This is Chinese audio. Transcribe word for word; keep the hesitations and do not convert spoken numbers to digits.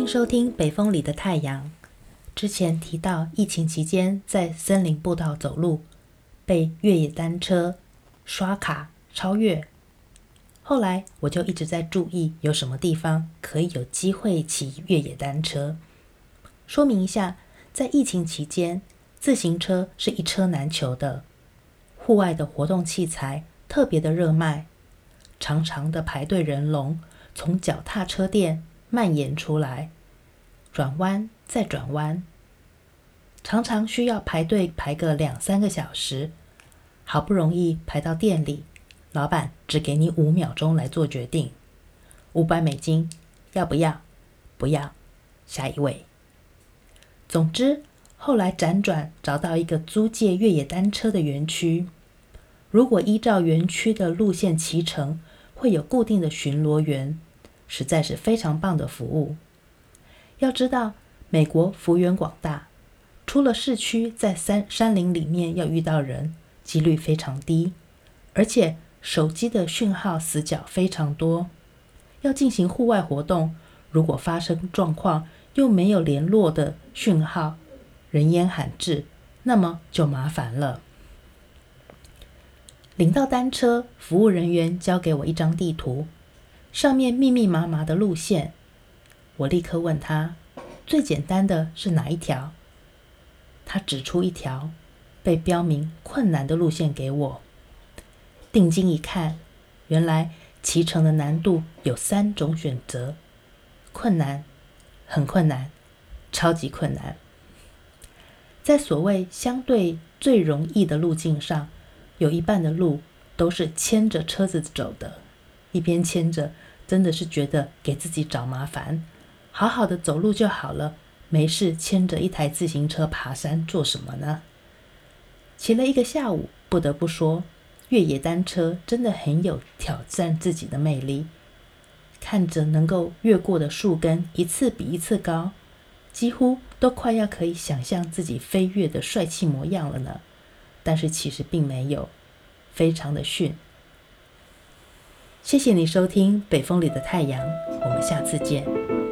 收听北风里的太阳。之前提到疫情期间在森林步道走路，被越野单车刷卡超越。后来我就一直在注意有什么地方可以有机会骑越野单车。说明一下，在疫情期间，自行车是一车难求的，户外的活动器材特别的热卖，长长的排队人龙从脚踏车店蔓延出来，转弯再转弯，常常需要排队排个两三个小时，好不容易排到店里，老板只给你五秒钟来做决定，五百美金，要不要？不要，下一位。总之，后来辗转找到一个租借越野单车的园区，如果依照园区的路线骑乘，会有固定的巡逻员，实在是非常棒的服务。要知道，美国幅员广大，出了市区，在山山林里面要遇到人，几率非常低，而且手机的讯号死角非常多。要进行户外活动，如果发生状况又没有联络的讯号，人烟罕至，那么就麻烦了。领到单车，服务人员交给我一张地图，上面密密麻麻的路线。我立刻问他，最简单的是哪一条？他指出一条被标明困难的路线给我。定睛一看，原来骑乘的难度有三种选择：困难、很困难、超级困难。在所谓相对最容易的路径上，有一半的路都是牵着车子走的，一边牵着，真的是觉得给自己找麻烦，好好的走路就好了，没事牵着一台自行车爬山做什么呢？骑了一个下午，不得不说，越野单车真的很有挑战自己的魅力。看着能够越过的树根一次比一次高，几乎都快要可以想象自己飞跃的帅气模样了呢。但是其实并没有，非常的逊。谢谢你收听北风里的太阳，我们下次见。